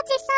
ジさ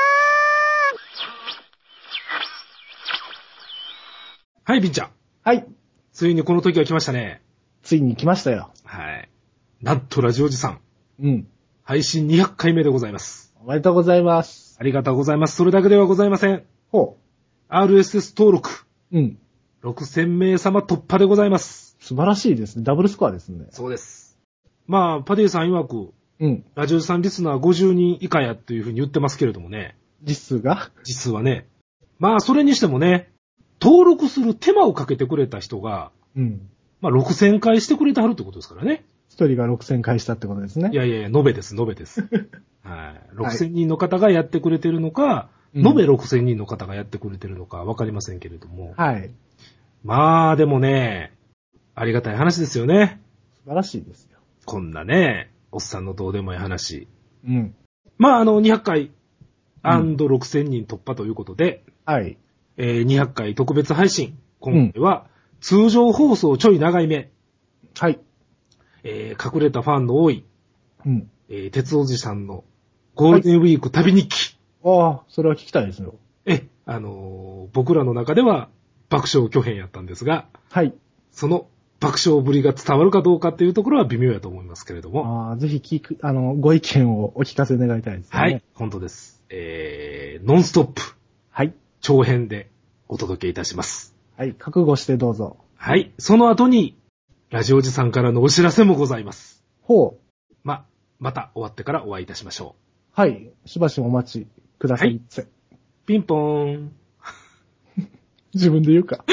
はい、ビンちゃん。 はい。 ついにこの時が来ましたね。 ついに来ましたよ。 はい。なんとラジオジさん。 うん。 配信200回目でございます。 おめでとうございます。 ありがとうございます。それだけではございません。 ほ RSS 登録。 う。うん。 6000名様突破でございます。 素晴らしいですね。ダブルスコアですね。 そうです。まあ、パディさん曰く、 うん。 ラジオジさんリスナー50人以下やというふうに言ってますけれどもね。 実数が実はね。まあ、それにしてもね、登録する手間をかけてくれた人が、 うん。 まあ、6000回してくれてはるってことですからね。 一人が6000回したってことですね。 いや、延べです。はい。6000人の方がやってくれてるのか、 うん延べ6000人の方がやってくれてるのかわかりませんけれども。 はい。 まあ、でもね、ありがたい話ですよね。 素晴らしいですよ。 こんなね、おっさんのどうでもいい話。 うん。 まあ、200回 &6000 人突破ということで、 はい。 200回特別配信。今回は、通常放送ちょい長い目。 はい。 隠れたファンの多い、 うん。 鉄おじさんのゴールデンウィーク旅日記。 ああ、それは聞きたいですよ。 僕らの中では爆笑巨編やったんですが、 はい。 その爆笑ぶりが伝わるかどうかっていうところは微妙やと思いますけれども。 ああ、ぜひご意見をお聞かせ願いたいですね。 はい、本当です。ノンストップ。 はい。 長編でお届けいたします。 はい。覚悟してどうぞ。 はい。その後に、ラジオジさんからのお知らせもございます。 ほう。 また終わってからお会いいたしましょはい。しばしお待ちください。 はい。ピンポーン。 自分で言うか。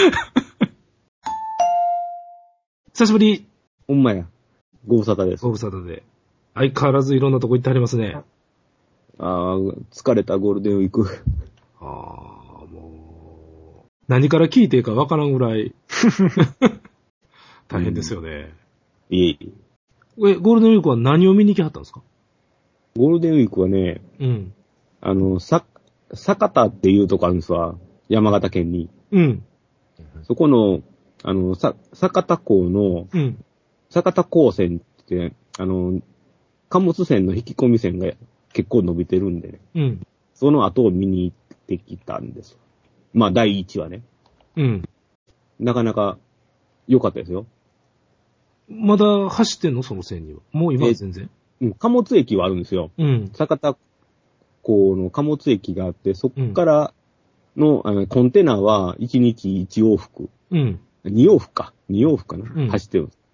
久しぶり。 ほんまや。ご無沙汰です。 ご無沙汰で。相変わらずいろんなとこ行ってはりますね。 ああ、疲れたゴールデンウィーク。 ああ、もう、何から聞いていいかわからんぐらい、大変ですよね。 いえいえ。 ゴールデンウィークは何を見に行きはったんですか？ ゴールデンウィークはね、 うん。 酒田っていうとこあるんですわ。山形県に。 うん。 そこの、酒田港の、 うん。 酒田港線って、貨物船の引き込み線が結構伸びてるんでね。 うん。 その後を見に行ってきたんです。まあ、第一話ね。 うん。 なかなか良かったですよ。 まだ走ってんのその線には。もう今は全然。 うん、貨物駅はあるんですよ。 うん。 酒田港の貨物駅があって、そこからの、コンテナは1日1往復。 うん。 2往復か。2往復かな。 うん、 走ってるんです。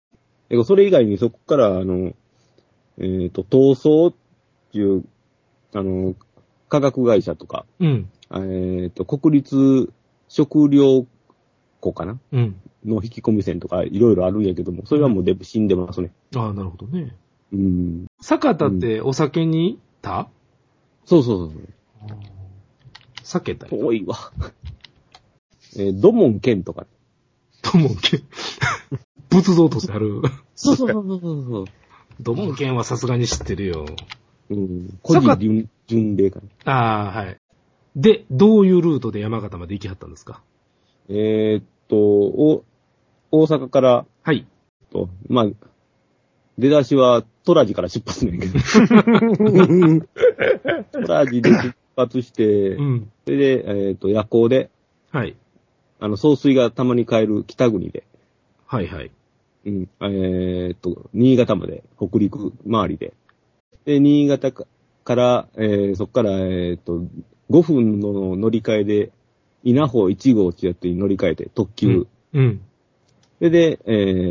それ以外にそこから、東総っていう、化学会社とか、 うん。 国立食料庫かな、 うん。 の引き込み線とかいろいろあるんやけども、それはもう死んでますね。 ああ、なるほどね。 うん。 酒田ってお酒に行った？ そうそうそう。 酒田。 遠いわ。土門県とか。 土門県。仏像としてある。 そうそうそうそう。 土門県はさすがに知ってるよ。 うん。古事巡礼かな。 ああ、はい。で、どういうルートで山形まで行きはったんですか？ 大阪から、 はい。 まあ、出だしはトラジから出発ねんけど。トラジで出発して、 うん。 それで、夜行で、 はい。 送水がたまに帰る北国で、 はいはい。 うん、新潟まで、北陸周りで。で、新潟から、そこから、5分の乗り換えで、稲穂1号ってやつに乗り換えて、特急。 うん。 で、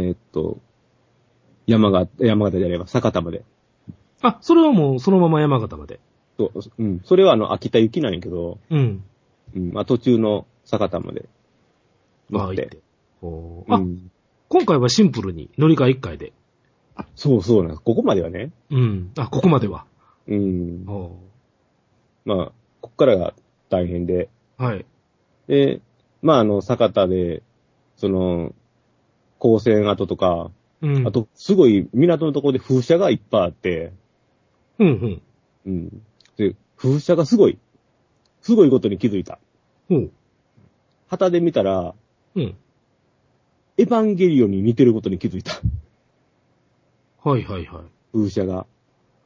山形じゃないわ、酒田まで。 あ、それはもうそのまま山形まで。 そう、うん。それは秋田行きなんやけど、 うん。 うん。まあ途中の酒田まで乗って。 あ、今回はシンプルに乗り換え1回で。 そうそうなんです。ここまではね。 うん。あ、ここまでは。 うん。まあ、ここからが大変で。 はい。 で、まあ酒田で、高専跡とか、 うん。 あと、すごい港のところで風車がいっぱいあって、 うんうん。 うん。で、風車がすごいことに気づいた。 ほう。 旗で見たら、 うん。 エヴァンゲリオンに似てることに気づいた。 はいはいはい。 風車が。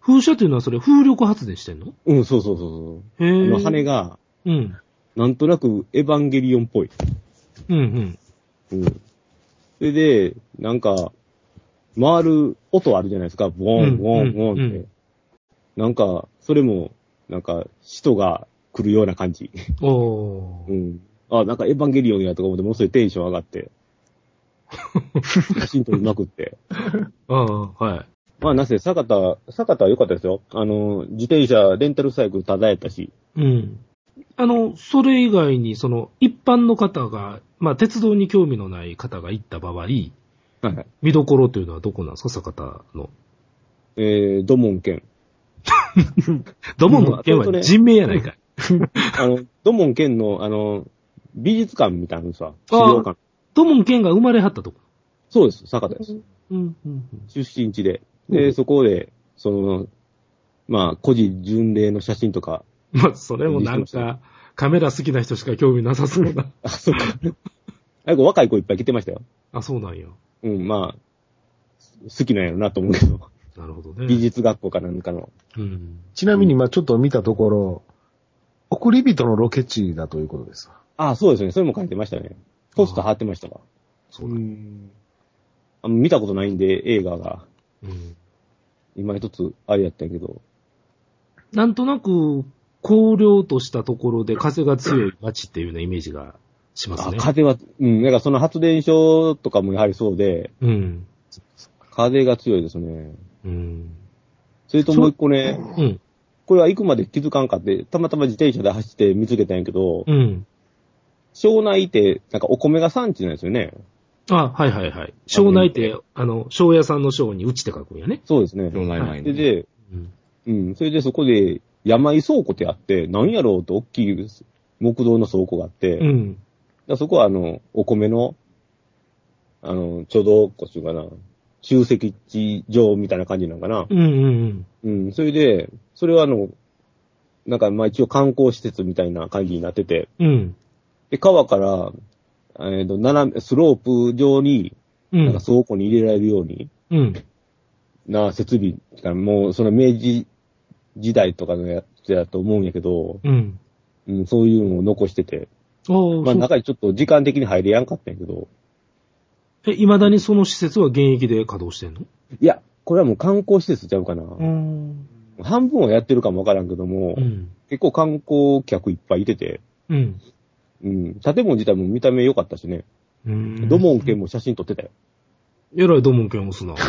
風車っていうのはそれ風力発電してんの？ うん、そうそうそうそう。 へぇ羽が、 うん。 なんとなくエヴァンゲリオンっぽい。 うんうん。それで、なんか、回る音あるじゃないですか。ボーン、ボーン、ボーンって。なんか、それも、なんか、人が来るような感じ。 うん。おー。 うん。あ、なんかエヴァンゲリオンやとか思って、もうそれテンション上がって。写真撮りまくって。 ああ、はい。 まあ、なぜ、坂田は良かったですよ。自転車、レンタルサイクルただやったし。 うん。それ以外に、一般の方が、まあ、鉄道に興味のない方が行った場合、 はいはい。 見どころというのはどこなんですか、坂田の。 土門県。 土門の県は人名やないかい。 土門県の、美術館みたいなのさ、資料館。 土門県が生まれはったとこ。 そうです、坂田です。出身地で。で、そこで、まあ、古事巡礼の写真とか。 まあ、それもなんか、カメラ好きな人しか興味なさそうな。 あ、そうか。若い子いっぱい来てましたよ。 あ、そうなんや。 うん、まあ、好きなんやろなと思うけど。 なるほどね。 美術学校かなんかの。 うん。 ちなみに、まあちょっと見たところ、送り人のロケ地だということです。 あ、そうですね。それも書いてましたね。ポスター貼ってましたわ。 そうだ。 見たことないんで、映画が。 うん。 今一つ、あれやったんやけど。 なんとなく、荒涼としたところで風が強い街っていうようなイメージがしますね。 風は、なんかその発電所とかもやはりそうで、 うん。 風が強いですね。 うん。 それともう一個ね、 うん。 これは行くまで気づかんかって、たまたま自転車で走って見つけたんやけど、 うん。 庄内って、なんかお米が産地なんですよね。 あ、はいはいはい。庄内って、庄屋さんの庄に打ちって書くんやね。 そうですね。 庄内前に。 で、それでそこで山井倉庫ってあって、何やろうと大きい木造の倉庫があって、そこはお米の、ちょうど、こっちかな、集積地場みたいな感じなのかな。それで、それはなんかまあ一応観光施設みたいな感じになってて、で、川から、斜め、スロープ上に、なんか倉庫に入れられるように、な設備、もうその明治時代とかのやつだと思うんやけど、そういうのを残してて、まあ中にちょっと時間的に入れやんかったんやけど。 未だにその施設は現役で稼働してんの？ いや、これはもう観光施設ちゃうかな。半分はやってるかもわからんけども、結構観光客いっぱいいてて、建物自体も見た目良かったしね。土門県も写真撮ってたよ。 えらい土門県押すな。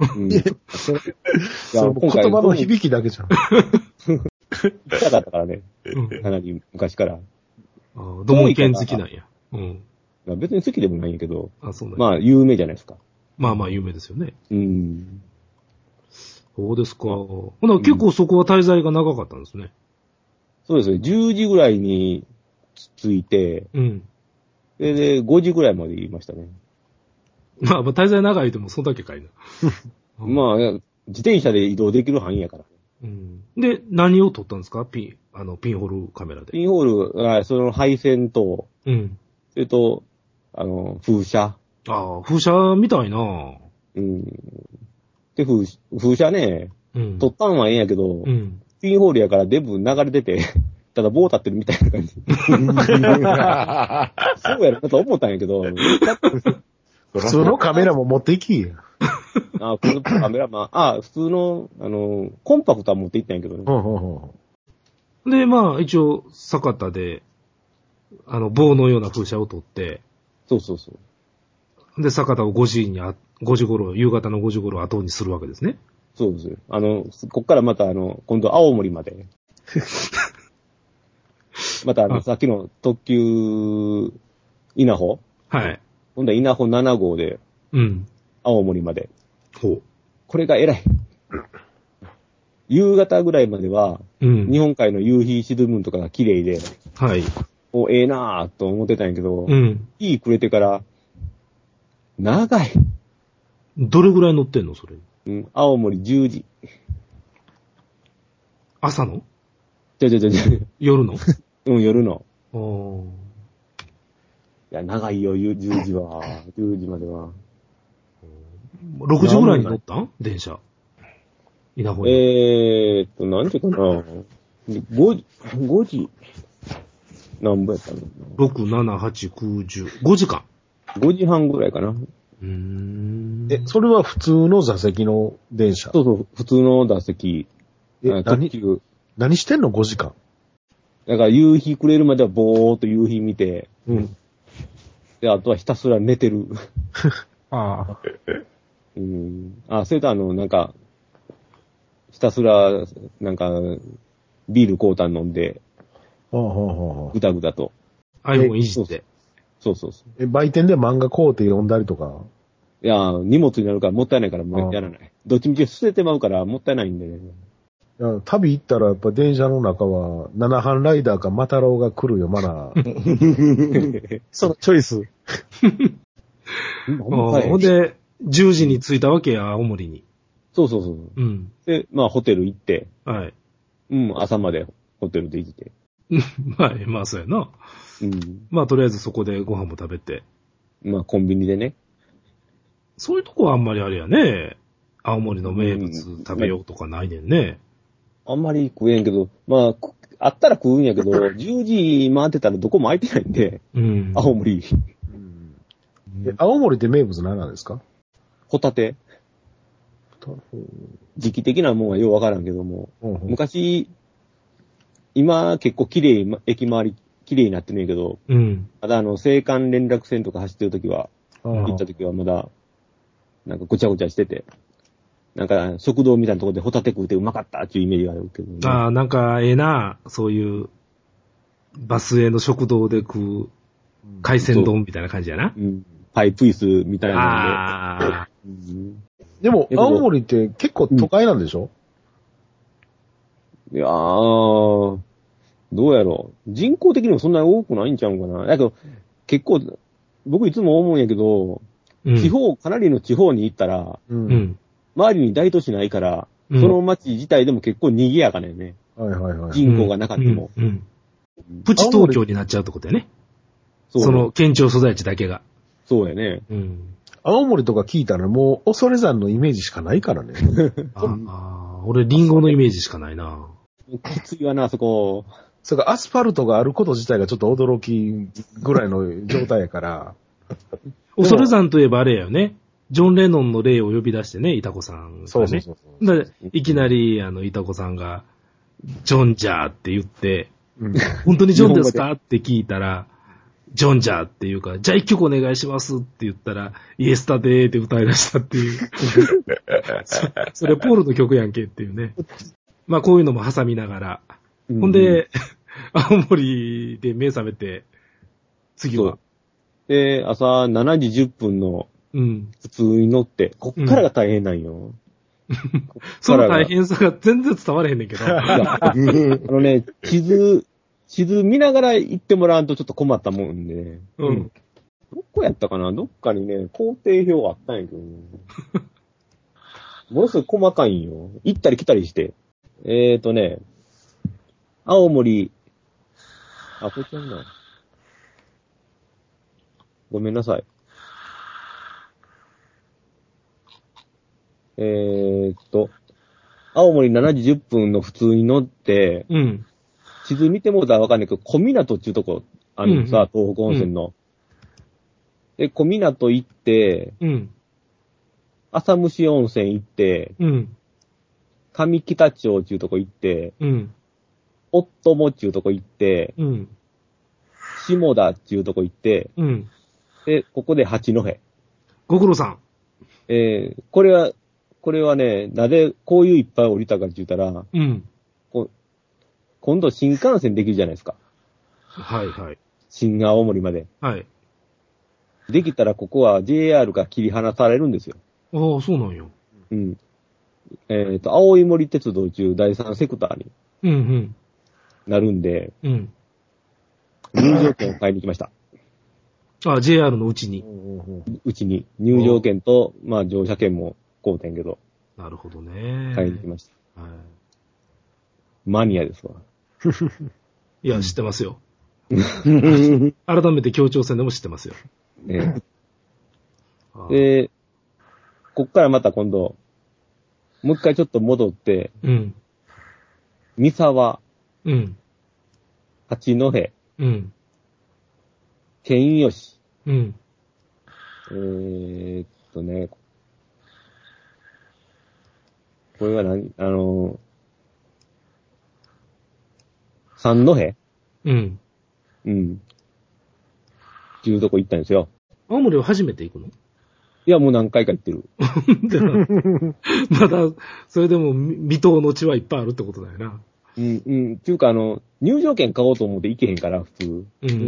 言葉の響きだけじゃん。 行きたかったからね。かなり昔から。 土門県好きなんや。 別に好きでもないんやけど、 そうなんや。 まあ有名じゃないですか。 まあまあ有名ですよね。そうですか。ほな結構そこは滞在が長かったんですね。 そうですね。10時ぐらいに着いて、で、5時ぐらいまで言いましたね。 まあ、滞在長いでもそんだけかいな。 まあ、自転車で移動できる範囲やから。 で、何を撮ったんですか？ピンホールカメラで。 ピンホール、その配線と、それと、風車。 風車みたいな。 で、風車ね、撮ったんはええんやけど、ピンホールやから全部流れてて、ただ棒立ってるみたいな感じ。そうやろなと思ったんやけど、 普通のカメラも持っていきや。 普通のカメラ、普通の、コンパクトは持って行ったんやけどね。 で、まあ、一応、坂田で、棒のような風車を取って、 そう。 で、坂田を5時頃、夕方の5時頃後にするわけですね。 そうです。こっからまた今度青森まで。またさっきの特急、稲穂。 はい。 今度は稲穂7号で、青森まで。これが偉い。夕方ぐらいまでは、日本海の夕日沈むとかが綺麗で、 はい。 ええなぁと思ってたんやけど、いいくれてから、長い。 どれぐらい乗ってんのそれ。 青森10時。 朝の？ 夜の？ 夜の。 いや、長いよ、10時は。10時までは。 6時ぐらいに乗ったん？電車。 稲穂に。 なんていうかな。5時、何分やったの ?6、7、8、9、10。5時間。 5 時半ぐらいかな。 それは普通の座席の電車？ そうそう、普通の座席。特急。 何してんの ?5 時間。 だから夕日くれるまではぼーっと夕日見て、 うん。 で、あとはひたすら寝てる。 ああ。 それとなんか、ひたすら、なんか、ビールコータン飲んで、ぐだぐだと。 iPhone いじって。 そうそうそう。 売店で漫画買うて読んだりとか？ いや、荷物になるからもったいないからもうやらない。どっちみち捨ててまうからもったいないんでね。 いや旅行ったらやっぱ電車の中は、七班ライダーかマタロウが来るよ、まだ。そのチョイス。 ほんで、10時に着いたわけや、青森に。 そうそうそう。 うん。 で、まあホテル行って。 はい。 朝までホテルで行って。 はい、まあそうやな。まあとりあえずそこでご飯も食べて。 まあコンビニでね。 そういうとこはあんまりあれやね。青森の名物食べようとかないねんね。 あんまり食えんけど、まあ、あったら食うんやけど、10時回ってたらどこも空いてないんで、青森。 青森って名物何なんですか？ ホタテ。時期的なもんはようわからんけども、昔、今結構駅周り綺麗になってんねんけど、まだ青函連絡線とか走ってる時は、行った時はまだ、なんかごちゃごちゃしてて、なんか食堂みたいなところでホタテ食うてうまかったっていうイメージがあるけど、ね。 ああ、なんかそういう、バスへの食堂で食う、海鮮丼みたいな感じやな。 パイプ椅子みたいなので。でも、青森って結構都会なんでしょ？ いやー、どうやろう。人口的にもそんなに多くないんちゃうかな。だけど、結構、僕いつも思うんやけど、かなりの地方に行ったら、周りに大都市ないから、その街自体でも結構賑やかねね。人口がなかったも。 プチ東京になっちゃうってことやね。その県庁所在地だけが。 そうやね。 青森とか聞いたらもう恐山のイメージしかないからね。 俺リンゴのイメージしかないな。 きついわな、そこ。 それからアスファルトがあること自体がちょっと驚きぐらいの状態やから。 恐山といえばあれやよね。ジョン・レノンの例を呼び出してね、イタコさんがね。いきなり、イタコさんが、ジョンジャーって言って、本当にジョンですかって聞いたら、ジョンジャーっていうか、じゃあ一曲お願いしますって言ったら、イエスタデーって歌い出したっていう。それポールの曲やんけっていうね。まあこういうのも挟みながら。ほんで、青森で目覚めて、次は。 で、朝7時10分の、普通に乗って、こっからが大変なんよ。 その大変さが全然伝われへんねんけど。 地図見ながら行ってもらうとちょっと困ったもんで、どこやったかな？どっかにね、工程表があったんやけどね。ものすごい細かいんよ。行ったり来たりして。青森、こっちなんだ。ごめんなさい。青森7時10分の普通に乗って、地図見てもらったらわかんないけど、小湊っていうとこ、東北温泉の。で、小湊行って、浅虫温泉行って、上北町っていうとこ行って、夫もっていうとこ行って、下田っていうとこ行って、で、ここで八戸。 ご苦労さん。 これはね、なぜこういういっぱい降りたかって言ったら、今度新幹線できるじゃないですか。 はいはい。 新青森まで。 はい。 できたらここは JR が切り離されるんですよ。 ああ、そうなんよ。 青い森鉄道中第3セクターになるんで、入場券を買いに来ました。 JR のうちに。 入場券と、まあ乗車券も買うてんけど。 なるほどね。 買いに来ました。マニアですわ。 いや、知ってますよ。改めて協調線でも知ってますよ。 で、こっからまた今度、 もう一回ちょっと戻って、 うん。 三沢、 うん。 八戸、 うん。 県吉。 うん。 ね、これは三戸うん。 うん。っていうとこ行ったんですよ。 青森は初めて行くの？ いや、もう何回か行ってる。 まだ、それでも未踏の地はいっぱいあるってことだよな。 うん、うん。っていうか、入場券買おうと思って行けへんから、普通。 うん。うん。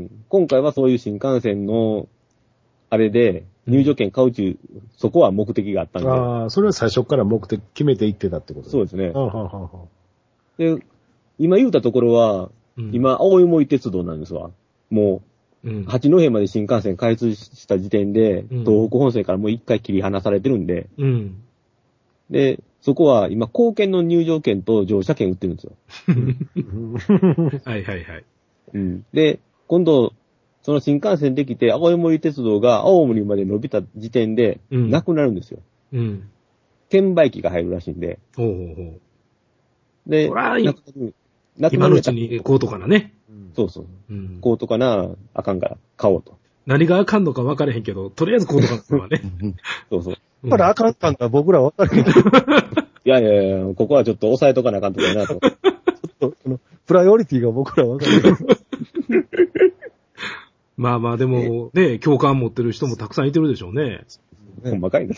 今回はそういう新幹線の、あれで、入場券買うちゅう、そこは目的があったんで。 ああ、それは最初から目的決めて行ってたってことそうですね。 はははで、今言うたところは、今、青い森鉄道なんですわ。もう、八戸まで新幹線開通した時点で、東北本線からもう一回切り離されてるんで、で、そこは今、公券の入場券と乗車券売ってるんですよ。 はいはいはい。 で、今度、その新幹線できて、青い森鉄道が青森まで伸びた時点で、なくなるんですよ。券売機が入るらしいんで。で、 今のうちにこうとかなね。 そうそう。こうとかな、あかんから買おうと。 何があかんのか分かれへんけど、とりあえずこうとかなのはね。 そうそう。 まだあかんかんか僕ら分かれへんけど。 いやいやいや、ここはちょっと抑えとかなあかんとかやなと。ちょっと、プライオリティが僕ら分かれへん。 まあまあでも、ね、共感持ってる人もたくさんいてるでしょうね。 ほんまかいな、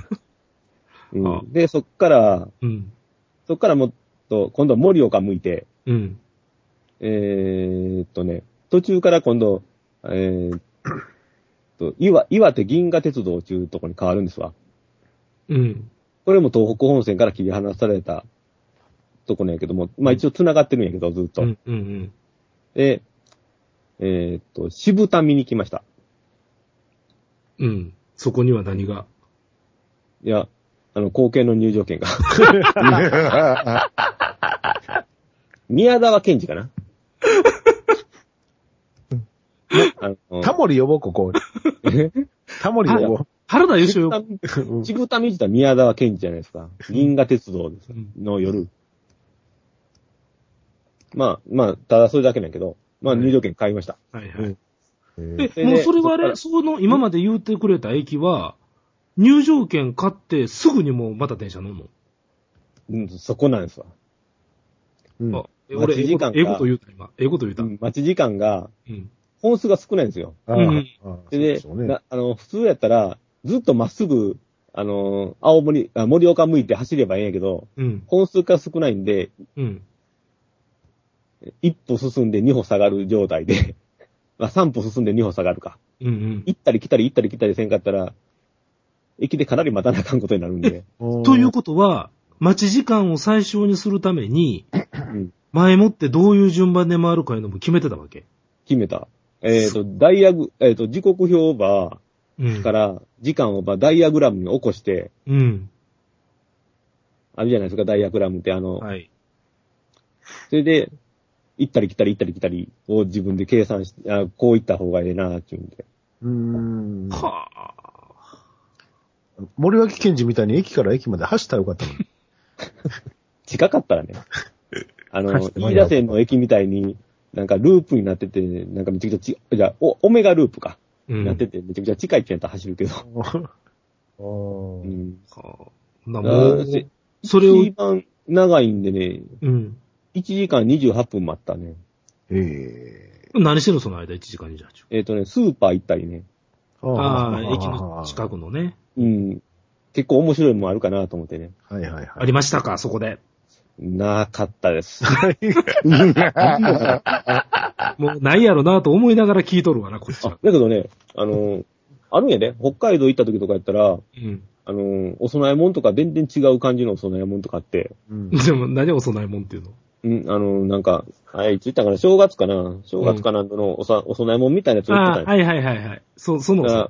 で、そっからもっと、今度は盛岡向いて、途中から今度、岩手銀河鉄道っていうところに変わるんですわ。これも東北本線から切り離されたとこなんやけども、まあ一応繋がってるんやけど、ずっと。で、渋田見に来ました。 そこには何が？ いや、公券の入場券が。宮沢賢治かなタモリ呼ぼう、ここ。タモリ呼ぼう。 原田義雄呼ぼう。渋田見に来た宮沢賢治じゃないですか。銀河鉄道の夜。まあ、ただそれだけなんやけど、まあ入場券買いました。 はいはい。もうそれはあれ、その今まで言ってくれた駅は、入場券買ってすぐにもうまた電車乗るの？そこなんですわ。 俺、英語と言うた、今。英語と言うた。 待ち時間が、本数が少ないんですよ。で、普通やったら、ずっとまっすぐ、盛岡向いて走ればいいんやけど、本数が少ないんで、一歩進んで二歩下がる状態で、まあ三歩進んで二歩下がるか。行ったり来たりせんかったら、駅でかなり待たなあかんことになるんで。 ということは、待ち時間を最小にするために、前もってどういう順番で回るかいうのも決めてたわけ？ 決めた。時刻表ば、から時間をダイアグラムに起こして、あるじゃないですか、ダイアグラムってはい。それで、行ったり来たりを自分で計算して、こう行った方がええなっていうんで。 はぁ。森脇健児みたいに駅から駅まで走ったらよかったのに。 近かったらね。飯田線の駅みたいに、なんかループになってて、なんかめちゃくちゃじゃあ、オメガループか。なってて、めちゃくちゃ近いってやったら走るけど。それを。一番長いんでね、1時間28分待ったね。 何してるのその間、1時間28分。 スーパー行ったりね。 駅の近くのね。 結構面白いもんあるかなと思ってね。 ありましたか、そこで。 なかったです。 もうないやろなと思いながら聞いとるわな、こっちは。 だけどね、あるんやね。北海道行った時とかやったら、お供え物とか全然違う感じのお供え物とかあって。 でも何お供え物っていうの？ なんか、いつ言ったかな、正月かなのお供え物みたいなやつを言ってたんや。 はい。そのさ。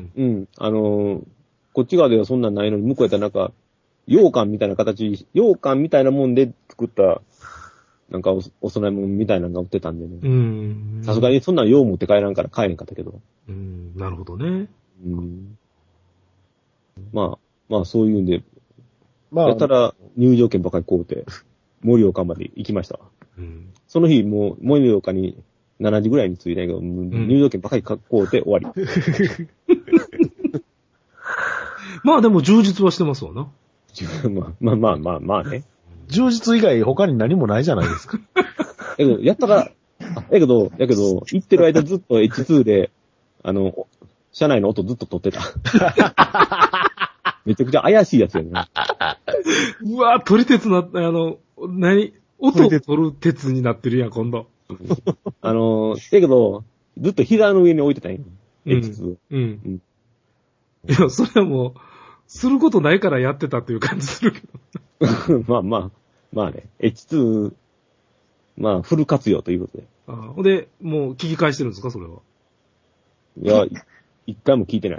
こっち側ではそんなんないのに、向こうやったらなんか、羊羹みたいなもんで作った、なんかお供え物みたいなのが売ってたんでね。さすがにそんなん用持って帰らんから帰れんかったけど。 なるほどね。 まあ、そういうんで、 まあ。 やったら入場券ばかり買うて、盛岡まで行きましたわ。うん、その日、もう、盛岡に7時ぐらいに着いたけど、入場券ばかり買うて終わり。 まあでも充実はしてますわな。 まあね。 充実以外他に何もないじゃないですか。 やったから、やけど、行ってる間ずっと H2 で、車内の音ずっと撮ってた。めちゃくちゃ怪しいやつやね。 うわぁ、撮り鉄な、音を撮る鉄になってるやん、今度。 やけど、ずっと膝の上に置いてたんよ。H2。 うん。いや、それはもう、することないからやってたっていう感じするけど。まあね。H2、まあ、フル活用ということで。 ほんで、もう聞き返してるんですか、それは。 いや、一回も聞いてない。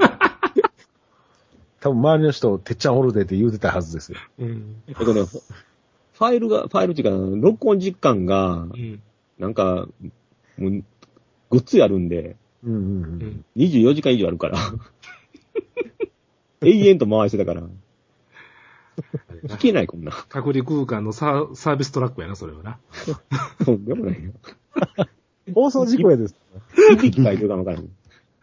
多分周りの人、てっちゃんおるでって言うてたはずですよ。 うん。 ファイルっていうか、録音実感が、なんか、もう、ごっついあるんで、24時間以上あるから。永遠と回してたから。聞けない、こんな。 隔離空間のサービストラックやな、それはな。 そうでもないよ。 放送事故やです。 いびき書いてるかもわからん。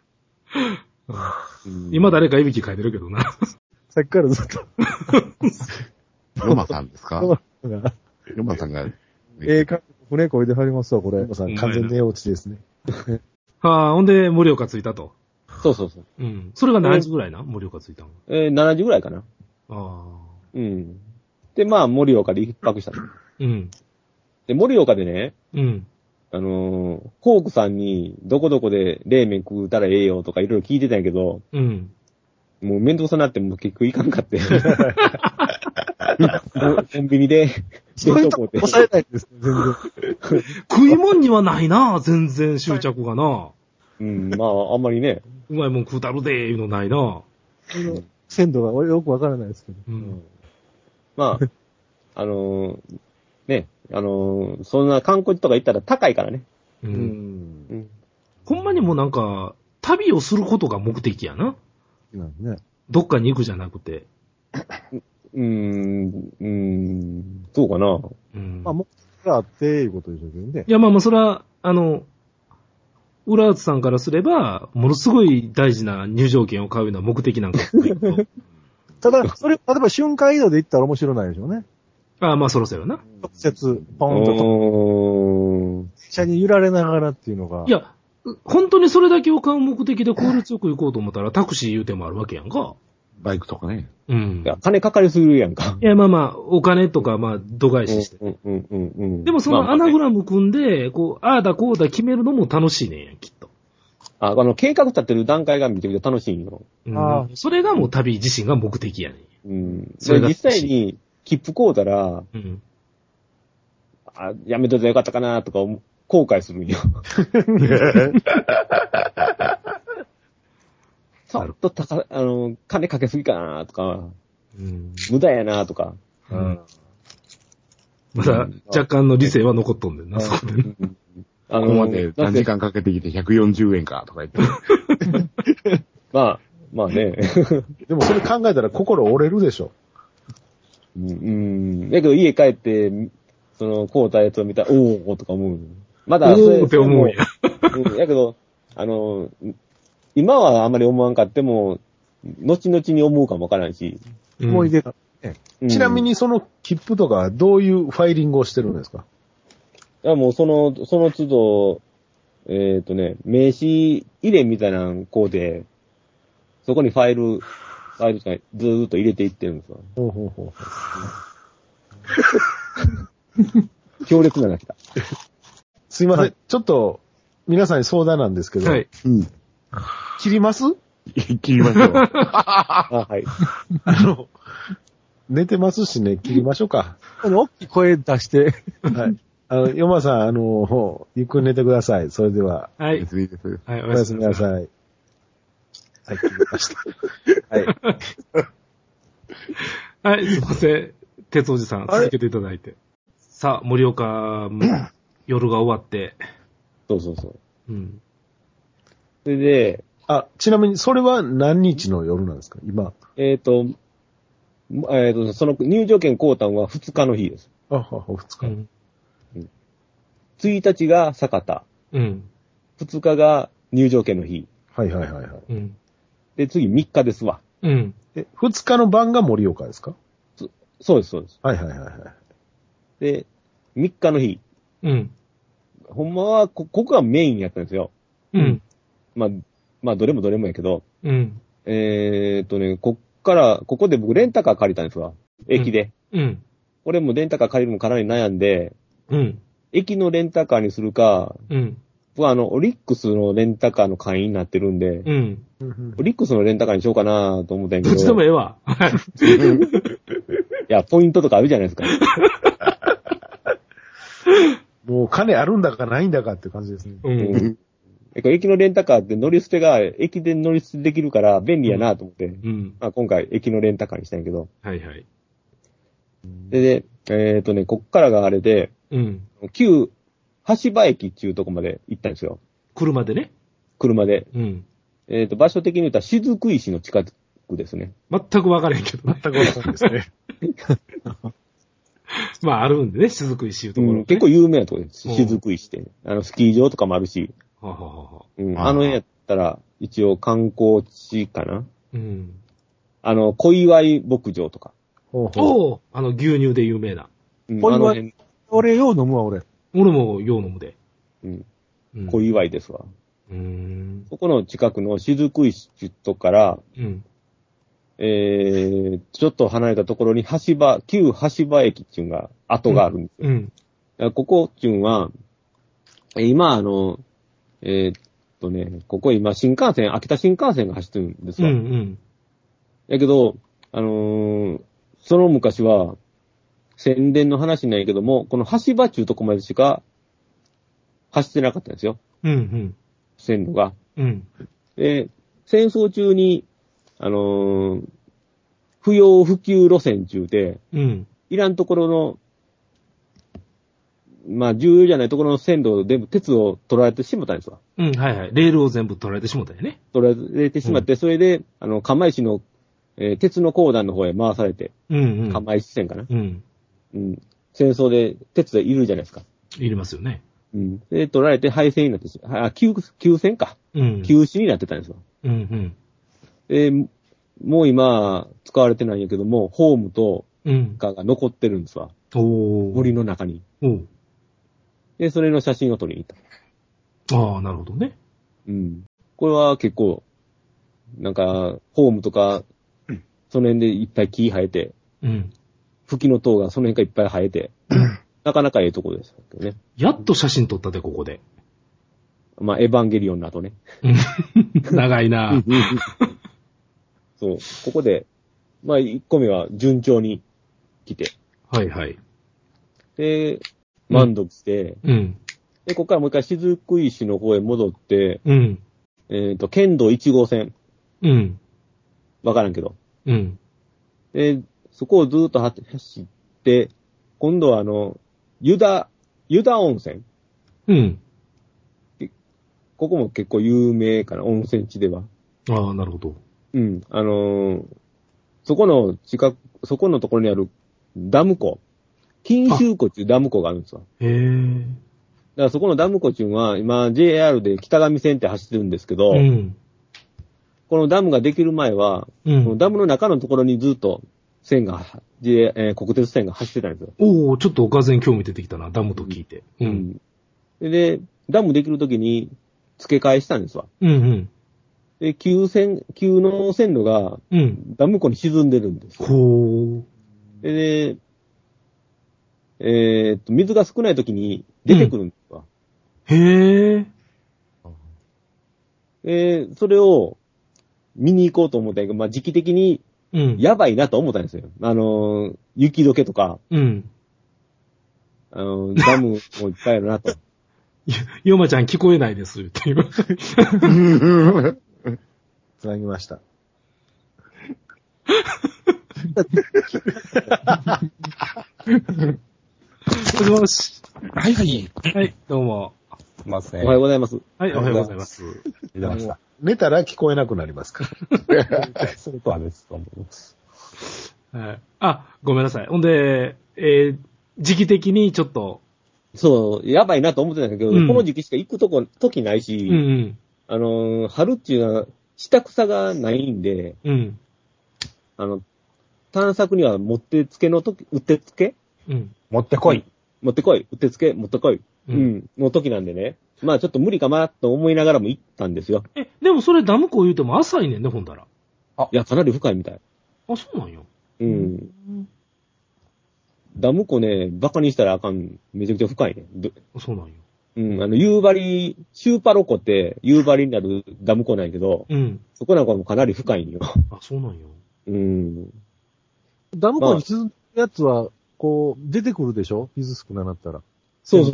今誰かいびき書いてるけどな。 さっきからずっと。 ロマさんですか？ロマさんが。 船こいではりますわ、これ。ロマさん、完全寝落ちですね。 ほんで、盛岡着いたと。 そう。 うん。それが何時ぐらいな盛岡着いたの。 7時ぐらいかな。うん。で、まあ、盛岡で一泊したの。うん。で、盛岡でね、コークさんに、どこどこで冷麺食うたらええよとかいろいろ聞いてたんやけど、もう面倒くさなってもう結局いかんかって。コンビニで、 そういうとこ抑えないんですね、全然。 食い物にはないな、全然執着がな。 まあ、あんまりね。 うまいもん食うたるで、いうのないな。 鮮度がよくわからないですけど。 まあ、ね、そんな観光地とか行ったら高いからね。 ほんまにもうなんか、旅をすることが目的やな。どっかに行くじゃなくて。 そうかな。 まあ、目的があって、いうことでしょうけどね。 いや、まあそれは、浦内さんからすれば、ものすごい大事な入場券を買うような目的なんか。 ただ、それ、例えば瞬間移動で行ったら面白ないでしょうね。 まあそろそろな。 直接、ポンと車に揺られながらっていうのが。 いや、本当にそれだけを買う目的で効率よく行こうと思ったらタクシー言うてもあるわけやんか。 バイクとかね。 いや、金かかりすぎるやんか。 いや、まあ、お金とか、度外視して。でもそのアナグラム組んで、こう、ああだこうだ決めるのも楽しいねんや、きっと。 計画立てる段階がめちゃくちゃ楽しいよ。 それがもう旅自身が目的やねん。それ実際に、切符買うたら、やめといたらよかったかなとか、後悔するんよ。ちょっと金かけすぎかなとか、無駄やなとか。 まだ若干の理性は残っとんねんな、そこで。 ここまで何時間かけてきて140円かとか言って。 まあね。 でもそれ考えたら心折れるでしょ。 だけど家帰って、買うたやつを見たら、おーとか思う。まだ、 って思うや。 だけど、今はあんまり思わんかっても、後々に思うかもわからんし。 思い出が、ね。ちなみにその切符とかどういうファイリングをしてるんですか？ いや、もうその都度、名刺入れみたいなのこうで、そこにファイルずーっと入れていってるんですよ。強烈なのが来た。 すいません。ちょっと、皆さんに相談なんですけど。はい。切ります？ 切りましょう。 はい。 寝てますしね、切りましょうか。 大きい声出して。 はい。ヨマさん、ゆっくり寝てください。それでは。 はい。 いいです。 はい、おやすみなさい。はい、切りました。はい。 はい、すいません。鉄おじさん、続けていただいて。さあ、盛岡も、夜が終わって。 そう。それで、 ちなみに、それは何日の夜なんですか、今。 その入場券買うたんは2日の日です。 2日。 1日が酒田。 うん。 2日が入場券の日。 はい。 うん。 で、次3日ですわ。 うん。 で、2日の晩が盛岡ですか？ そうです。 はい。 で、3日の日。 うん。 ほんまはここがメインやったんですよ。 うん。 まあ、どれもやけど。 うん。 ここで僕レンタカー借りたんですわ。駅で。 うん。 俺もレンタカー借りるのかなり悩んで、 うん。 駅のレンタカーにするか、 うん。 僕はオリックスのレンタカーの会員になってるんで、 うん。 オリックスのレンタカーにしようかなと思ったんやけど。 どっちでもええわ。 いや、ポイントとかあるじゃないですか。 もう金あるんだかないんだかって感じですね。 うん。 駅のレンタカーって乗り捨てが駅で乗り捨てできるから便利やなと思って、 うん。 まあ、今回駅のレンタカーにしたんやけど。 はいはい。 で、こっからがあれで、 うん。 旧橋場駅っていうとこまで行ったんですよ。 車でね。 車で。 うん。 場所的に言ったら雫石の近くですね。 全く分からへんけど。 全く分からんですね。 まああるんでね、雫石いうところ、ね結構有名なところです。雫石って。スキー場とかもあるし。 はははは。 辺やったら、一応観光地かな。 うん。 小祝牧場とか。 おぉ、牛乳で有名な。 小祝、俺よう飲むわ、俺。 俺もよう飲むで。 うん。小祝ですわ。そこの近くの雫石とから、 うん。 ちょっと離れたところに旧橋場駅っていうのが、跡があるんですよ。 うん。 ここっていうのは、今ここ今秋田新幹線が走ってるんですよ。 うんうん。 だけど、その昔は、宣伝の話なんやけども、この橋場っていうとこまでしか走ってなかったんですよ。 うんうん。 線路が。 うん。 で、戦争中に、不要不急路線中で、 うん。 いらんところの、まあ、重要じゃないところの線路を全部鉄を取られてしまったんですわ。 うん、はいはい。レールを全部取られてしまったよね。 取られてしまって、それで、釜石の、鉄の鉱山の方へ回されて、 うんうん。 釜石線かな。 うん。 うん。戦争で鉄でいるじゃないですか。 いりますよね。 うん。で、取られて廃線になって休線か。 うん。 休止になってたんですよ。 うんうん。 で、もう今、使われてないんやけども、ホームと、 が残ってるんですわ。森の中に。で、それの写真を撮りに行った。 ああ、なるほどね。 うん。これは結構、なんか、ホームとか、その辺でいっぱい木生えて、吹きの塔がその辺からいっぱい生えて、なかなかええとこですけどね。 やっと写真撮ったで、ここで。 まあ、エヴァンゲリオンの後ね。 長いなそう。ここで、まあ、1個目は順調に来て。 はいはい。 で、満足して、で、ここからもう一回雫石の方へ戻って、県道1号線。わからんけど。で、そこをずーっと走って、今度は湯田温泉。ここも結構有名かな、温泉地では。 ああ、なるほど。 そこのところにあるダム湖。錦州湖っていうダム湖があるんですよ。だからそこのダム湖っていうのは、今 JR で北上線って走ってるんですけど、このダムができる前は、このダムの中のところにずっと線が、国鉄線が走ってたんですよ。 おー、ちょっとおかずに興味出てきたな、ダムと聞いて。 で、ダムできるときに付け替えしたんですわ。で、旧の線路が、ダム湖に沈んでるんですよ。で、水が少ないときに出てくるんですわ。それを見に行こうと思ったんやけど、まあ、時期的に、やばいなと思ったんですよ。雪解けとか、ダムもいっぱいあるなと。 ヨマちゃん聞こえないです、っていう。 つなぎました。 もしもし。 はいはい。 はい、どうも。 おはようございます。 はい、おはようございます。 寝たら聞こえなくなりますから。 そういうことはですと思います。 はい。あ、ごめんなさい。ほんで、時期的にちょっと。 そう、やばいなと思ってたんだけど、この時期しか行く時ないし、春っていうのは、下草がないんで、探索にはうってつけ持ってこい、うってつけ、持ってこい、の時なんでね。まあちょっと無理かなと思いながらも行ったんですよ。 でもそれダム湖言うても浅いねんね、ほんだら。 いや、かなり深いみたい。 あ、そうなんよ。 ダム湖ね、バカにしたらあかん。めちゃくちゃ深いね。 そうなんよ。 夕張、シューパロ湖って夕張になるダム湖なんやけど、そこなんかもかなり深いんよ。 あ、そうなんよ。 ダム湖に沈んだやつは、こう、出てくるでしょ？水少なくなったら。 そう。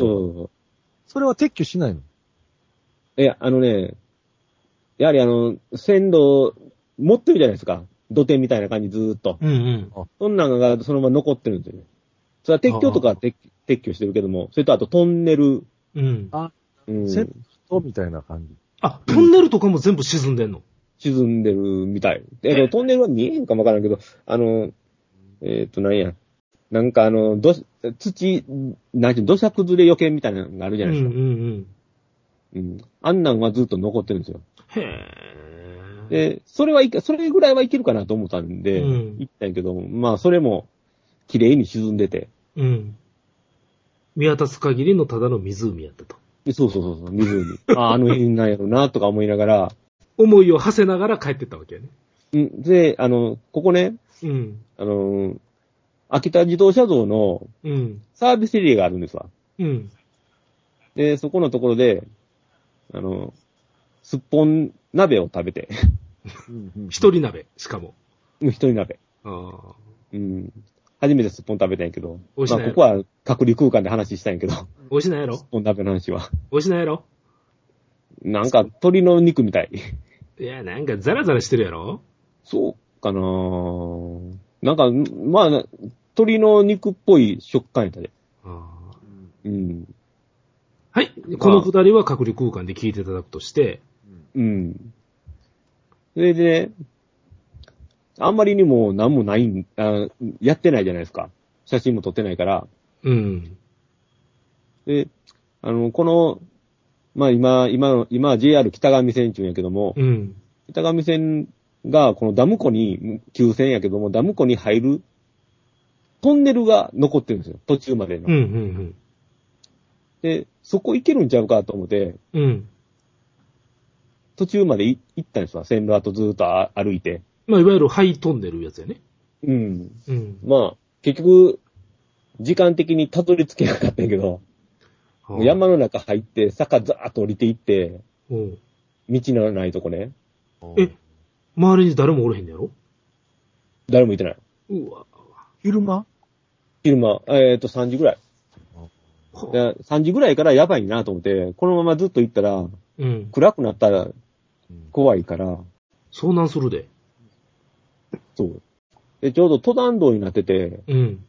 それは撤去しないの？ いや、やはり線路、持ってるじゃないですか。土手みたいな感じずーっと。そんなのがそのまま残ってるんですよね。それは撤去とかは撤去してるけども、それとあとトンネル。 線路みたいな感じ。 あ、トンネルとかも全部沈んでんの？ 沈んでるみたい。トンネルは見えへんかもわからんけど、なんや。なんか土砂崩れ余計みたいなのがあるじゃないですか。あんなんはずっと残ってるんですよ。で、それぐらいはいけるかなと思ったんで、行ったんやけど、まあ、それも、綺麗に沈んでて。 見渡す限りのただの湖やったと。 そう、湖。あの辺なんやろな、とか思いながら。 思いを馳せながら帰ってったわけやね。 で、ここね、秋田自動車道の、サービスエリアがあるんですわ。で、そこのところで、すっぽん鍋を食べて。 一人鍋、しかも。 一人鍋。初めてすっぽん食べたんやけど。まあ、ここは隔離空間で話したんやけど。 美味しないやろ？ すっぽん鍋の話は。 美味しないやろ？ なんか鶏の肉みたい。 いや、なんかザラザラしてるやろ？ そうかなぁ。なんか、まあ、鶏の肉っぽい食感やったで。 はい。この二人は隔離空間で聞いていただくとして。 それでね、あんまりにも何もないやってないじゃないですか。写真も撮ってないから。で、まあ今 JR 北上線っていうんやけども、北上線がこのダム湖に、旧線やけども、ダム湖に入るトンネルが残ってるんですよ。途中までの。で、そこ行けるんちゃうかと思って、途中まで行ったんですわ。線路跡ずーっと歩いて。 まあ、いわゆるハイトンネルやつやね。 まあ、結局、時間的にたどり着けなかったんやけど、山の中入って、坂ザーッと降りていって、道のないとこね。 周りに誰もおれへんやろ？ 誰もいてない。 うわ。 昼間、 3時ぐらい。3時ぐらいからやばいなと思って、このままずっと行ったら、暗くなったら怖いから。 遭難するで。 そう。で、ちょうど登山道になってて、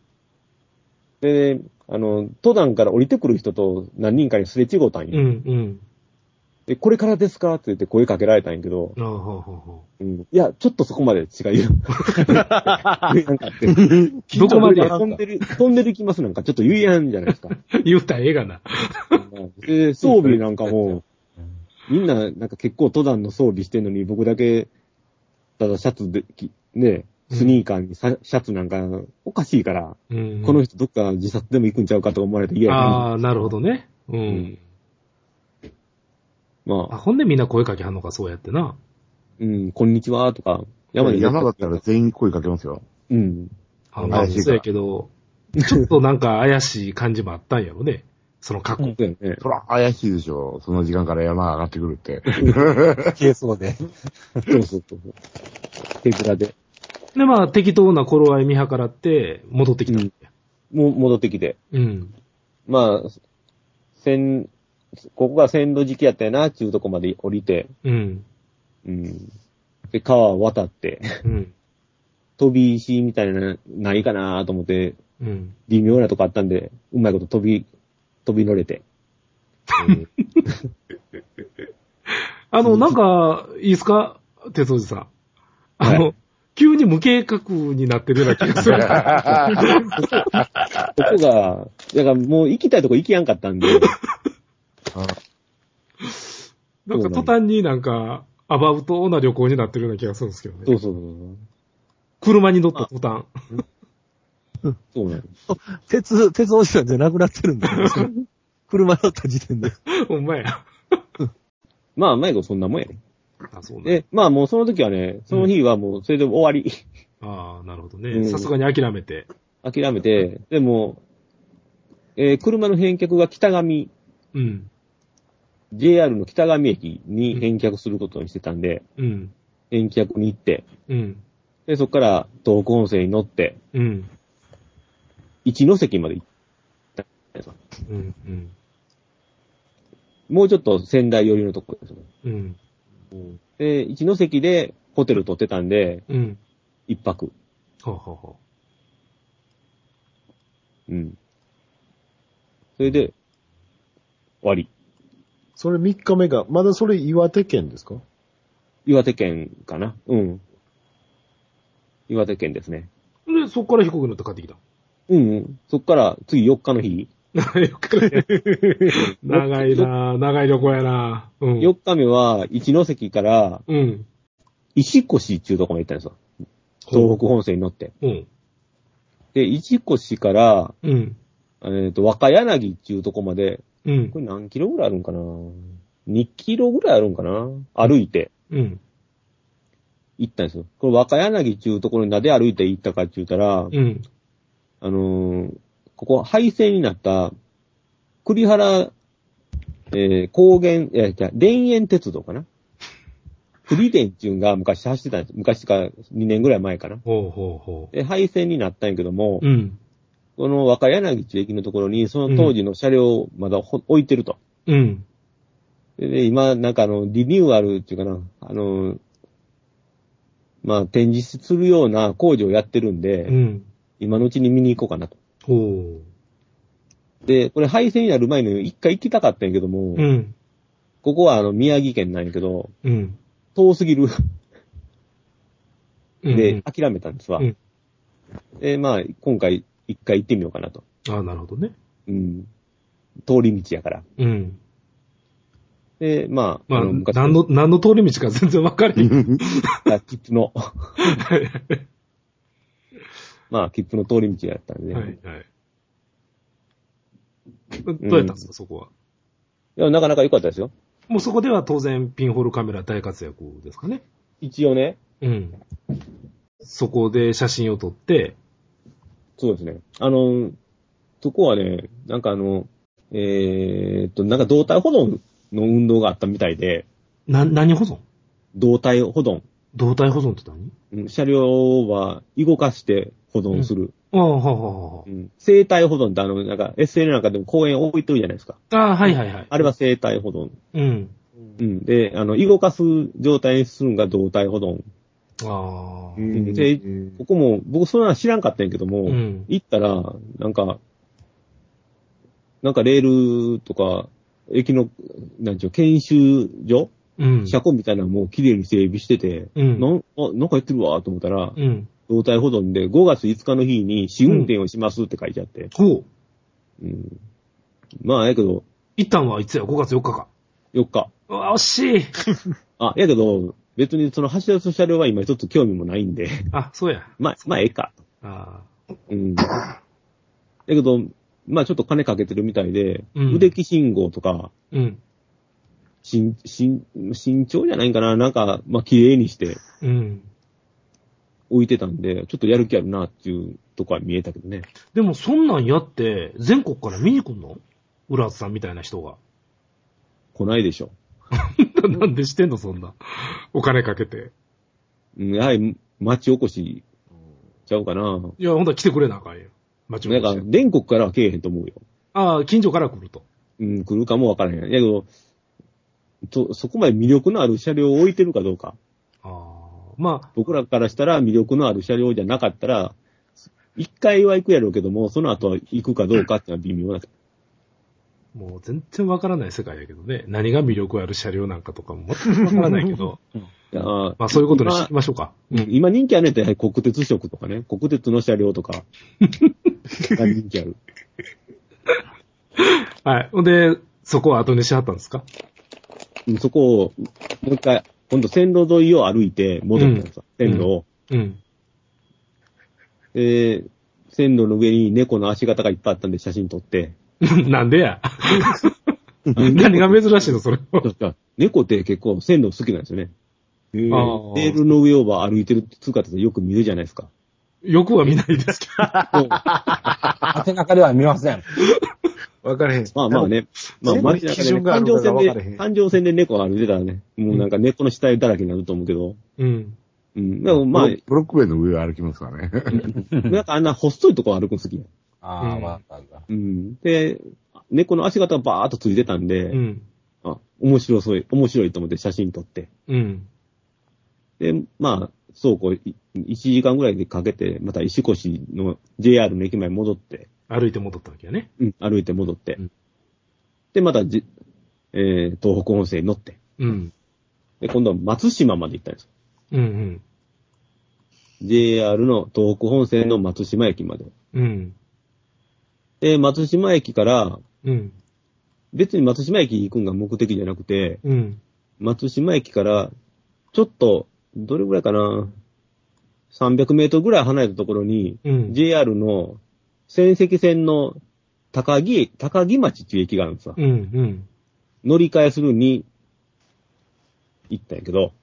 で、登山から降りてくる人と何人かにすれ違うたんよ。で、これからですかって言って声かけられたんやけど、いや、ちょっとそこまで違うよ。なんかってどこまで飛んでる行きますなんかちょっと言えやんじゃないですか。 言うたらええがな。 で、装備なんかも、みんななんか結構登山の装備してんのに僕だけ、ただシャツで、ね、スニーカーにシャツなんかおかしいから、この人どっか自殺でも行くんちゃうかと思われて嫌やな。 ああ、なるほどね。まあ。ほんでみんな声かけはんのか、そうやってな。 こんにちはとか。 山だったら全員声かけますよ。 まあ、そうやけど、ちょっとなんか怪しい感じもあったんやろね。その過去。 そら怪しいでしょ。その時間から山上がってくるって。 消えそうで。 そう。手ぶらで。 で、まあ、適当な頃合い見計らって、戻ってきた。 もう戻ってきて。まあ、ここが線路時期やったよな、っていうとこまで降りて。で、川を渡って、飛び石みたいな、ないかなと思って、微妙なとこあったんで、うまいこと飛び乗れて。 なんか、いいですか？哲夫寺さん。 急に無計画になってるような気がする。 ここが、だからもう行きたいとこ行きやんかったんで。 なんか途端になんか、アバウトな旅行になってるような気がするんですけどね。 そう。 車に乗った途端。 そうなの。 鉄おじさんじゃなくなってるんだよ。車乗った時点で。 ほんまや。 まあ、迷子そんなもんやね。 あ、そうね。 で、まあもうその時はね、その日はもうそれで終わり。 ああ、なるほどね。さすがに諦めて。 諦めて、でも、車の返却が北上、 うん。 JR の北上駅に返却することにしてたんで、 うん。 返却に行って、 うん。 で、そこから東北本線に乗って、 うん。 一ノ関まで行ったんですよ。 うん。うん。 もうちょっと仙台寄りのところですね。 うん。 で、一ノ関でホテル取ってたんで、 うん。 一泊。 ははは。 うん。それで、終わり。 それ3日目が、まだそれ岩手県ですか？ 岩手県かな。うん。岩手県ですね。 で、そこから飛行機乗って帰ってきた。 うん。そっから次4日の日。 長いなぁ、長い旅行やなぁ。うん。 4日目は一ノ関からうん。 石越っていうところまで行ったんですよ。東北本線に乗って。 うん。 で、石越から、 うん。 若柳っていうところまで、 うん。 これ何キロぐらいあるんかな ?2 キロぐらいあるんかな歩いて。 うん。 行ったんですよ。これ若柳っていうところになぜ歩いて行ったかって言ったら、 うん。 ここ廃線になった栗原、高原、田園鉄道かな栗田っていうのが昔走ってたんです。昔か2年ぐらい前かな。 ほうほうほで、廃線になったんやけども、 う。うん。 この若柳っていう駅のところにその当時の車両をまだ置いてると。 うん。 で、今、なんかリニューアルっていうかな、まあ、展示するような工事をやってるんで、 うん。 今のうちに見に行こうかなと。 ほで、これ廃線になる前に一回行きたかったんやけども、 う。うん。 ここは宮城県なんやけど、 うん。 遠すぎる。で、 うん、 諦めたんですわ。 うんで、まあ、今回一回行ってみようかなと。 ああ、なるほどね。 うん。通り道やから。 うん。 で、まあ、 まあ、 昔何の通り道か全然分かれへん。 切符の、まあ、切符の通り道やったんで、 はい、はい。どうやったんですか、そこは。 いや、なかなか良かったですよ。 もうそこでは当然ピンホールカメラ大活躍ですかね。 一応ね、 うん。そこで写真を撮って、 そうですね。そこはね、なんかなんか動体保存の運動があったみたいで、 何保存？ 動体保存。 動体保存って何？ 車両は動かして保存する。 ああ、はあ、は生体保存ってなんか SL なんかでも公園置いてるじゃないですか。 あ。ああ、はいはいはい。 あれは生体保存。 うん。 で、動かす状態にするのが動体保存。 ああ。 で、ここも、僕そんなの知らんかったんやけども、 うん行ったら、なんかレールとか、駅の、なんちゅう、研修所、 うん。 車庫みたいなのも綺麗に整備してて、 うん。 なんかやってるわと思ったら、 うん。 動体保存で5月5日の日に試運転をしますって書いてあって。 ほう。 まあ、やけど、 一旦はいつや ?5 月4日か。 4日。 うわ、惜しい。 やけど、別にその走らす車両は今ちょっと興味もないんで。 あ、そうや。 まあ、ええか。 ああ。 だけど、まあちょっと金かけてるみたいで、腕木信号とか、慎重じゃないんかな、なんか、まあ綺麗にして、置いてたんで、ちょっとやる気あるなっていうとこは見えたけどね。 でもそんなんやって、全国から見に来んの？浦津さんみたいな人が。 来ないでしょ。 なんでしてんのそんな。お金かけて。 やはり町おこしちゃうかな。 いや、ほんとは来てくれなあかんよ。町おこし。 なんか、全国からは来えへんと思うよ。 ああ、近所から来ると。 来るかもわからへん。やけど、そこまで魅力のある車両を置いてるかどうか。まあ。僕らからしたら魅力のある車両じゃなかったら、一回は行くやろうけども、その後は行くかどうかっていうのは微妙な。 もう全然わからない世界やけどね。何が魅力ある車両なんかとかも全然わからないけど。 まあそういうことにしましょうか。 今人気あるねって国鉄色とかね、国鉄の車両とか、が人気ある。 はい。ほんで、そこを後にしはったんですか？ そこを、もう一回、今度線路沿いを歩いて戻ったんですよ、線路を。線路の上に猫の足形がいっぱいあったんで写真撮って。 なんでや。何が珍しいのそれは。 猫って結構線路好きなんですよね。レールの上を歩いてる姿でよく見るじゃないですか。 よくは見ないですけど。 街中では見ません。 わからへん。 まあまあね。まあ街中でね、環状線で猫が歩いてたらね、もうなんか猫の死体だらけになると思うけど。でもまあ。 ブロック塀の上を歩きますからね。 なんかあんな細いとこ歩くの好きや。 わかった。 で、猫の足形がバーっとついてたんで、面白いと思って写真撮って。で、まあ、そうこう、1時間ぐらいでかけて、また石越の JR の駅前に戻って。 歩いて戻ったわけやね。 歩いて戻って。で、また東北本線に乗って。で、今度は松島まで行ったんですよ。JR の東北本線の松島駅まで。で、松島駅から、別に松島駅行くんが目的じゃなくて、松島駅から、ちょっと、どれぐらいかな、300メートルぐらい離れたところに、JR の仙石線の高木町っていう駅があるんですよ。乗り換えするに行ったんやけど、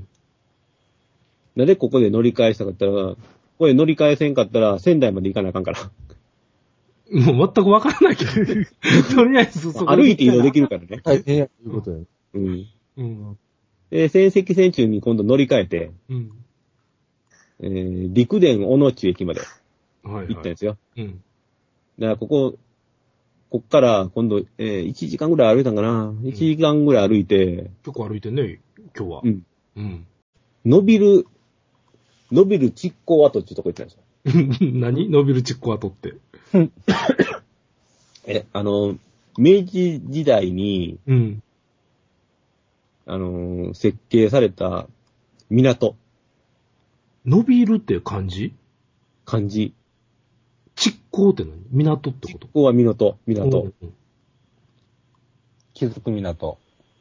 なんでここで乗り換えしたかったら、ここで乗り換えせんかったら仙台まで行かなあかんから。 もう全くわからないけど、とりあえずそこ歩いて移動できるからね。 はい、いうことや。 で、仙石線中に今度乗り換えて、陸電小野中駅まで行ったんですよ。だからこっから今度、1時間ぐらい歩いたんかな。1時間ぐらい歩いて。 結構歩いてんね、今日は。 伸びる蓄光跡っていうとこ行ったんですよ。 何？伸びる蓄光跡って。 明治時代に、設計された港。 伸びるって漢字？ 漢字。 蓄光って何？港ってこと？ 蓄光は港。 気づく港。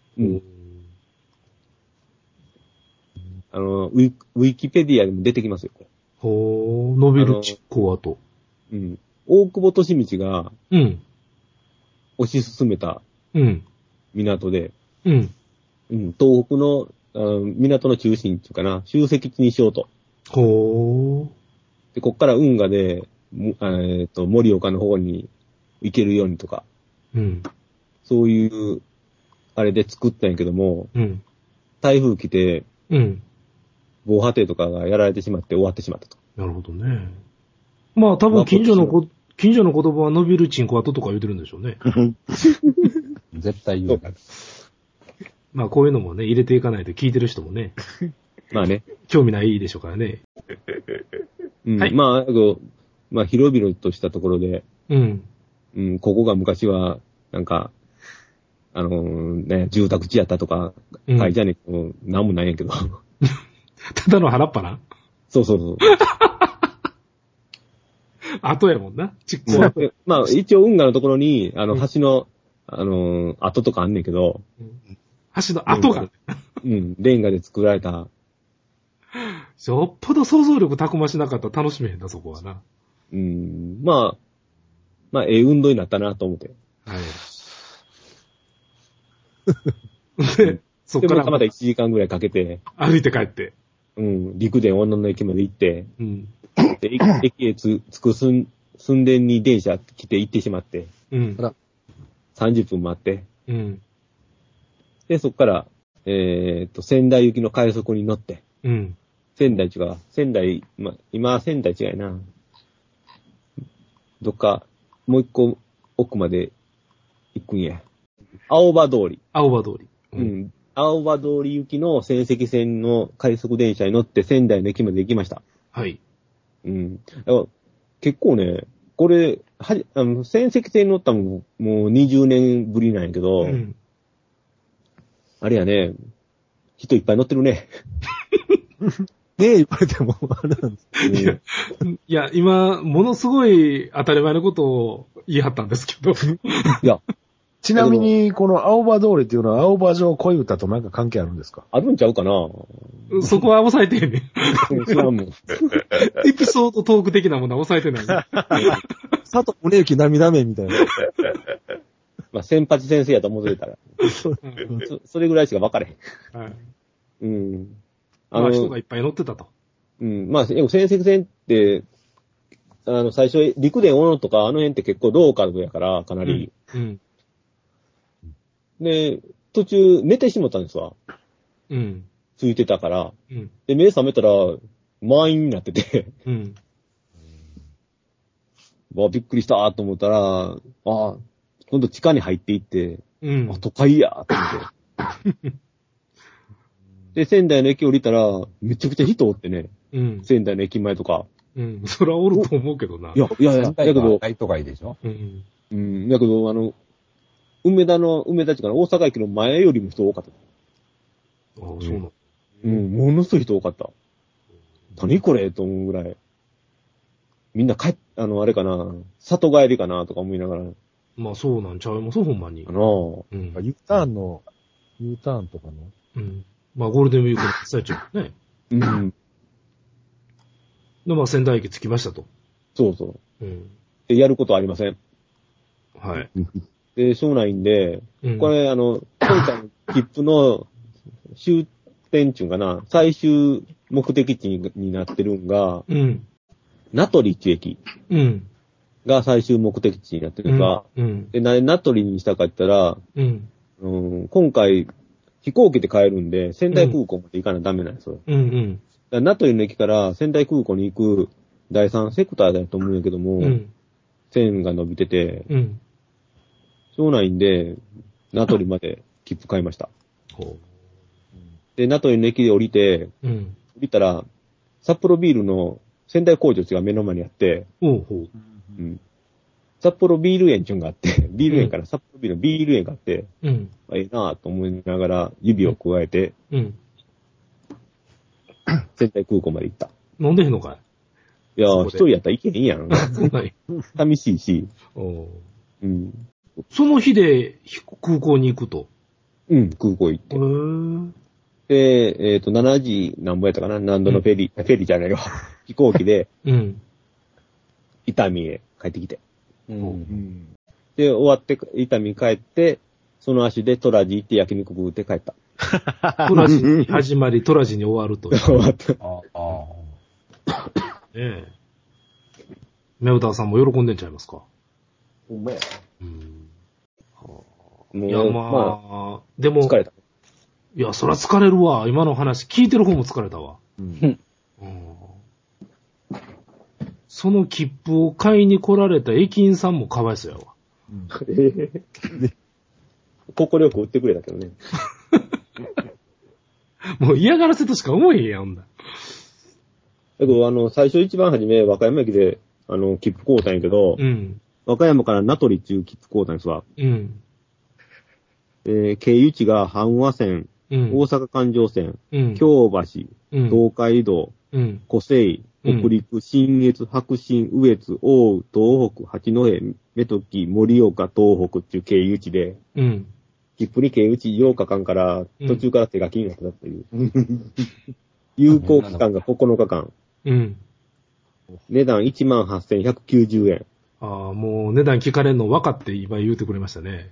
ウィキペディアでも出てきますよ。 伸びる蓄光跡。 大久保利通が、推し進めた、港で、東北の、港の中心っていうかな、集積地にしようと。で、こっから運河で、盛岡の方に行けるようにとか、そういう、あれで作ったんやけども、台風来て、防波堤とかがやられてしまって終わってしまったと。 なるほどね。まあ多分近所の言葉は伸びるチンコ跡とか言うてるんでしょうね。 絶対言う。 まあこういうのもね、入れていかないと聞いてる人もね。 まあね。 興味ないでしょうからね。 はい。まあ広々としたところで、ここが昔は、なんか、住宅地やったとか、書いてあるね、なんもないんやけど。 ただの腹っ腹？ そう。 後やもんな。ちっこい。 まあ、一応運河のところに、橋の、跡とかあんねんけど。 橋の跡が。 レンガで作られた。 よっぽど想像力たくましなかったら楽しめへんな、そこはな。 まあ、運動になったなと思って。 はい。で、そっから。 また1時間ぐらいかけて。 歩いて帰って。 陸電女の駅まで行って。で、駅へ着く寸前に電車来て行ってしまって。30分待って。で、そっから、仙台行きの快速に乗って。仙台、今仙台違いな。どっか、もう一個奥まで行くんや。青葉通り。 青葉通り。 青葉通り行きの仙石線の快速電車に乗って仙台の駅まで行きました。 はい。 結構ね、これ、仙石線に乗ったのもう20年ぶりなんやけど、あれやね、 人いっぱい乗ってるね。 ねえ、言われても、あれなんです。 いや、今、ものすごい当たり前のことを言い張ったんですけど。 いや、 ちなみに、この青葉通りっていうのは青葉城恋歌となんか関係あるんですか？ あるんちゃうかな。 そこは抑えてへんねん。 知らんもん。 エピソードトーク的なものは抑えてない。 佐藤宗行涙目みたいな。 まあ、千八先生やと思ってたら。それぐらいしか分かれへん。 はい。 うん。 まあ人がいっぱい乗ってたと。 うん。まあ、仙石線って、最初、陸電小野とかあの辺って結構ローカルやから、かなり。 うん。 で、途中寝てしもったんですわ。 うん。 ついてたから。 うん。 で、目覚めたら、満員になってて。 うん。 わ、びっくりしたと思ったら、今度地下に入っていって、 うん。 都会やと思って。で、仙台の駅降りたら、めちゃくちゃ人おってね。 うん。 仙台の駅前とか。 うん。それはおると思うけどな。 いや、だけど、 大都会でしょ？ うん。 うん、だけど、梅田地かな、大阪駅の前よりも人多かった。 ああ、そうなの。 うん、ものすごい人多かった。何これと思うぐらい。みんなあれかな、里帰りかなとか思いながら。 まあそうなんちゃいますほんまに。 うん。 U ターンとかの。 うん。まあゴールデンウィークの最中ね。 うん。 で、まあ仙台駅着きましたと。 そうそう。 うん。 で、やることありません。 はい。 で、しょうないんで、 うん、 これ今回の切符の終点中かな、最終目的地になってるんが、 うん。 名取っていう駅。 うん。 が最終目的地になってるが、 うん。 で、名取にしたかったら、 うん。 今回、飛行機で帰るんで、仙台空港まで行かなダメなんですよ。 うん。 だ名取の駅から仙台空港に行く第3セクターだと思うんやけども、 うん。 線が伸びてて、 うん。 そうないんで、名取まで切符買いました。 ほで、名取の駅で降りて、 う。うん。 降りたら、札幌ビールの仙台工場地が目の前にあって、 ほうほう。 うん。札幌ビール園っていうのがあって、ビール園から札幌ビールのビール園があって、 うん。 ええなぁと思いながら指を加えて、 うん。 仙台空港まで行った。 飲んでへんのかいやー、一人やったら行けへんやん。 いそうなんや。 寂しいし。 おうん。 その日で空港に行くと。 うん、空港行って。で、7時何ぼやったかな、何度のフェリーじゃないよ。飛行機で、 うん。 伊丹へ帰ってきて。 うん。 で、終わって、伊丹帰って、その足でトラジ行って焼肉食うて帰った。 トラジに始まり、トラジに終わると。 終わった。 ねえ。メウターさんも喜んでんちゃいますか？ ほんまや。 うん。 もういや、まあ、でも、 疲れた。 いや、そら疲れるわ。今の話、聞いてる方も疲れたわ。 うん。 その切符を買いに来られた駅員さんもかわいそうやわ。 心よく売ってくれたけどね。 もう嫌がらせとしか思えへんやん、ほんだ。 だけど、最初一番初め、和歌山駅で、切符買うたんやけど、 うん。 和歌山から名取っていう切符買うたんですわ。 うん。 経由地が阪和線、 うん。 大阪環状線、 うん。 京橋、 うん。 東海道、 うん。 湖西、北陸、新越、白新、羽越、大宇、東北、八戸、目時、盛岡、東北っていう経由地で、 うん。 切符に経由地8日間から、途中から手書きになってたっていう。有効期間が9日間。 うん。 値段18,190円。 ああ、もう値段聞かれんの分かって今言うてくれましたね。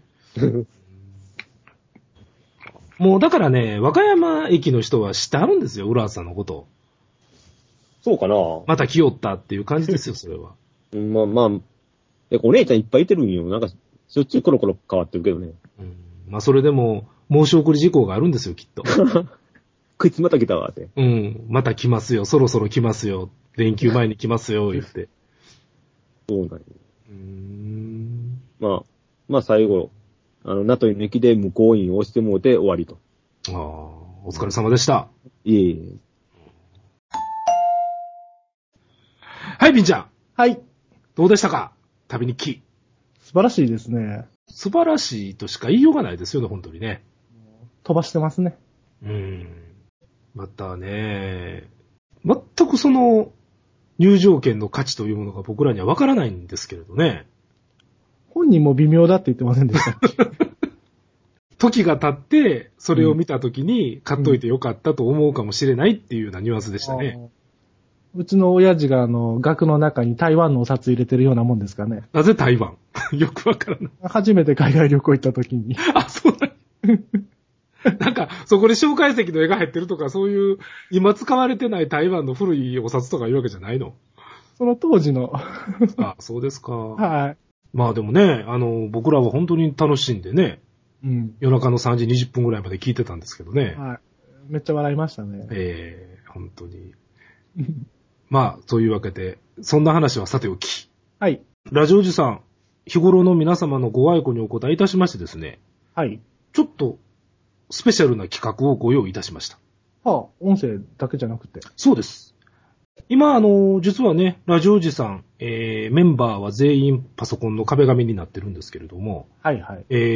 もうだからね、和歌山駅の人は知ってあるんですよ、浦和さんのこと。 そうかな。 また来よったっていう感じですよ、それは。 まあ、お姉ちゃんいっぱいいてるんよ。なんか、しょっちゅうコロコロ変わってるけどね。 うん、まあそれでも、申し送り事項があるんですよ、きっと。 こいつまた来たわ、って。 うん、また来ますよ、そろそろ来ますよ、連休前に来ますよ、言って。 そうなんよ。まあ最後、名取の駅で向こうに押してもうて終わりと。 ああ、お疲れ様でした。 いえいえ。 はい、ビンちゃん。 はい。 どうでしたか？旅日記。 素晴らしいですね。 素晴らしいとしか言いようがないですよね、本当にね。 飛ばしてますね。 またね、全くその入場券の価値というものが僕らにはわからないんですけれどね。 本人も微妙だって言ってませんでしたっけ？ 時が経って、それを見た時に買っといてよかったと思うかもしれないっていうようなニュアンスでしたね。 うちの親父が額の中に台湾のお札入れてるようなもんですかね。 なぜ台湾よくわからない。 初めて海外旅行行った時に。 あ、そうだ。なんか、そこで蒋介石の絵が入ってるとか、そういう、今使われてない台湾の古いお札とかいうわけじゃないの？ その当時の。 あ、そうですか。 はい。 まあでもね、僕らは本当に楽しんでね、夜中の3時20分ぐらいまで聞いてたんですけどね。 はい。めっちゃ笑いましたね。 本当に。まあ、そういうわけで、そんな話はさておき。 はい。 ラジオジさん、日頃の皆様のご愛顧にお答えいたしましてですね。 はい。 ちょっと、スペシャルな企画をご用意いたしました。 はあ、音声だけじゃなくて。 そうです。今、実はね、ラジオジさん、メンバーは全員パソコンの壁紙になってるんですけれども、 はいはい。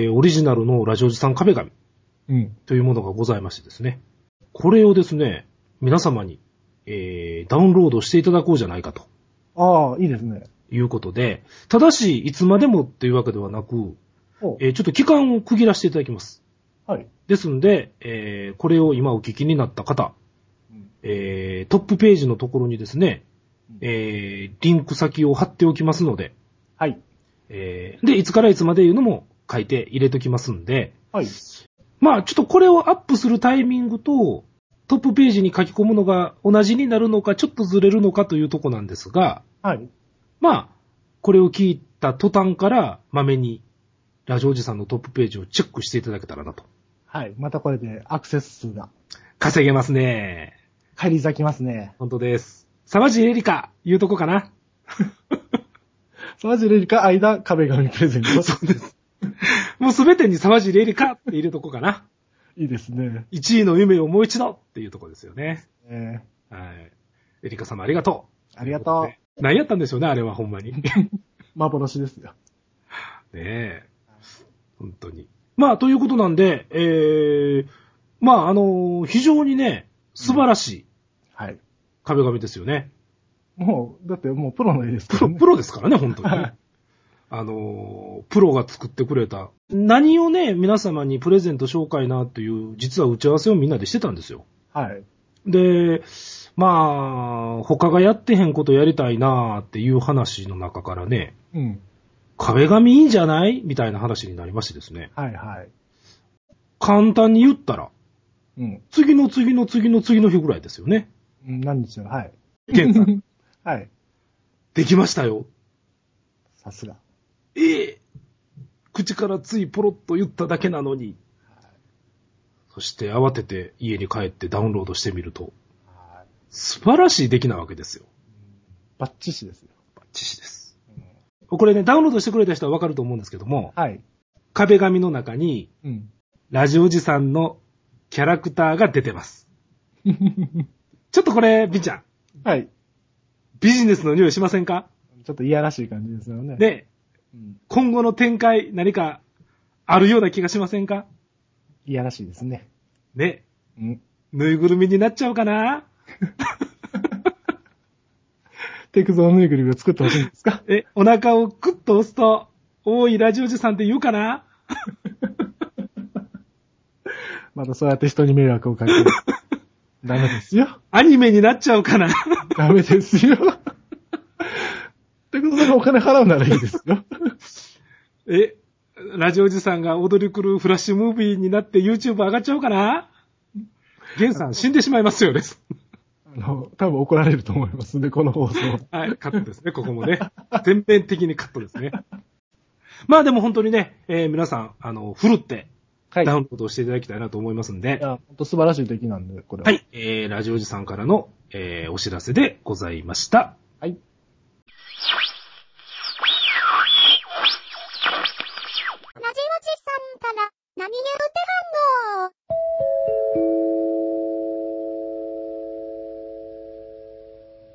オリジナルのラジオジさん壁紙というものがございましてですね、これをですね、皆様に、ダウンロードしていただこうじゃないかと。 ああ、いいですね。 いうことで、ただし、いつまでもっていうわけではなく、ちょっと期間を区切らせていただきます。 はい。 ですんで、これを今お聞きになった方、トップページのところにですね、リンク先を貼っておきますので、 はい。 で、いつからいつまでいうのも書いて入れときますんで、 はい。 まあ、ちょっとこれをアップするタイミングと、トップページに書き込むのが同じになるのか、ちょっとずれるのかというとこなんですが、 はい。 まあ、これを聞いた途端から、まめに、ラジオおじさんのトップページをチェックしていただけたらなと。 はい。またこれでアクセス数が。 稼げますね。 返り咲きますね。 本当です。沢尻エリカ、言うとこかな。 沢尻エリカ、間、壁紙プレゼント。 そうです。もうすべてに沢尻エリカって入れとこかな。 いいですね。 1位の夢をもう一度っていうとこですよね。 はい。 エリカ様ありがとう。 ありがとう。 何やったんでしょうね、あれはほんまに。 幻ですよ。 ねえ。本当に。まあ、ということなんで、まあ、非常にね、素晴らしい。 はい。 壁紙ですよね。 もう、だってもうプロの絵ですからね。 プロですからね、本当に。はい、プロが作ってくれた。何をね、皆様にプレゼント紹介なっていう、実は打ち合わせをみんなでしてたんですよ。 はい。 で、まあ、他がやってへんことやりたいなっていう話の中からね、壁紙いいんじゃないみたいな話になりましてですね。 はいはい。 簡単に言ったら、次の次の次の次の日ぐらいですよね。 何日よ、はい。 現在。 はい。 できましたよ。 さすが。 口からついポロッと言っただけなのに。そして慌てて家に帰ってダウンロードしてみると、素晴らしい出来なわけですよ。 バッチシですよ。 バッチシです。これね、ダウンロードしてくれた人はわかると思うんですけども、 はい。 壁紙の中に、ラジオジさんのキャラクターが出てます。ちょっとこれ、ビンちゃん。 はい。 ビジネスの匂いしませんか？ ちょっといやらしい感じですよね。 で、今後の展開何かあるような気がしませんか？ いやらしいですね。 ね。ぬいぐるみになっちゃうかな？ テクゾーぬいぐるみを作ってほしいんですか？ お腹をクッと押すと、おいラジオジさんって言うかな？ またそうやって人に迷惑をかける。ダメですよ。 アニメになっちゃうかな？ ダメですよ。テクゾーがお金払うならいいですよ。 ラジオジさんが踊り狂うフラッシュムービーになって YouTube 上がっちゃうかな？ゲンさん死んでしまいますよね。 多分怒られると思いますね、この放送。 はい、カットですね、ここもね。全面的にカットですね。まあでも本当にね、皆さん、ふるって、ダウンロードしていただきたいなと思いますんで。 いや、本当素晴らしい出来なんで、これは。 はい、ラジオジさんからの、お知らせでございました。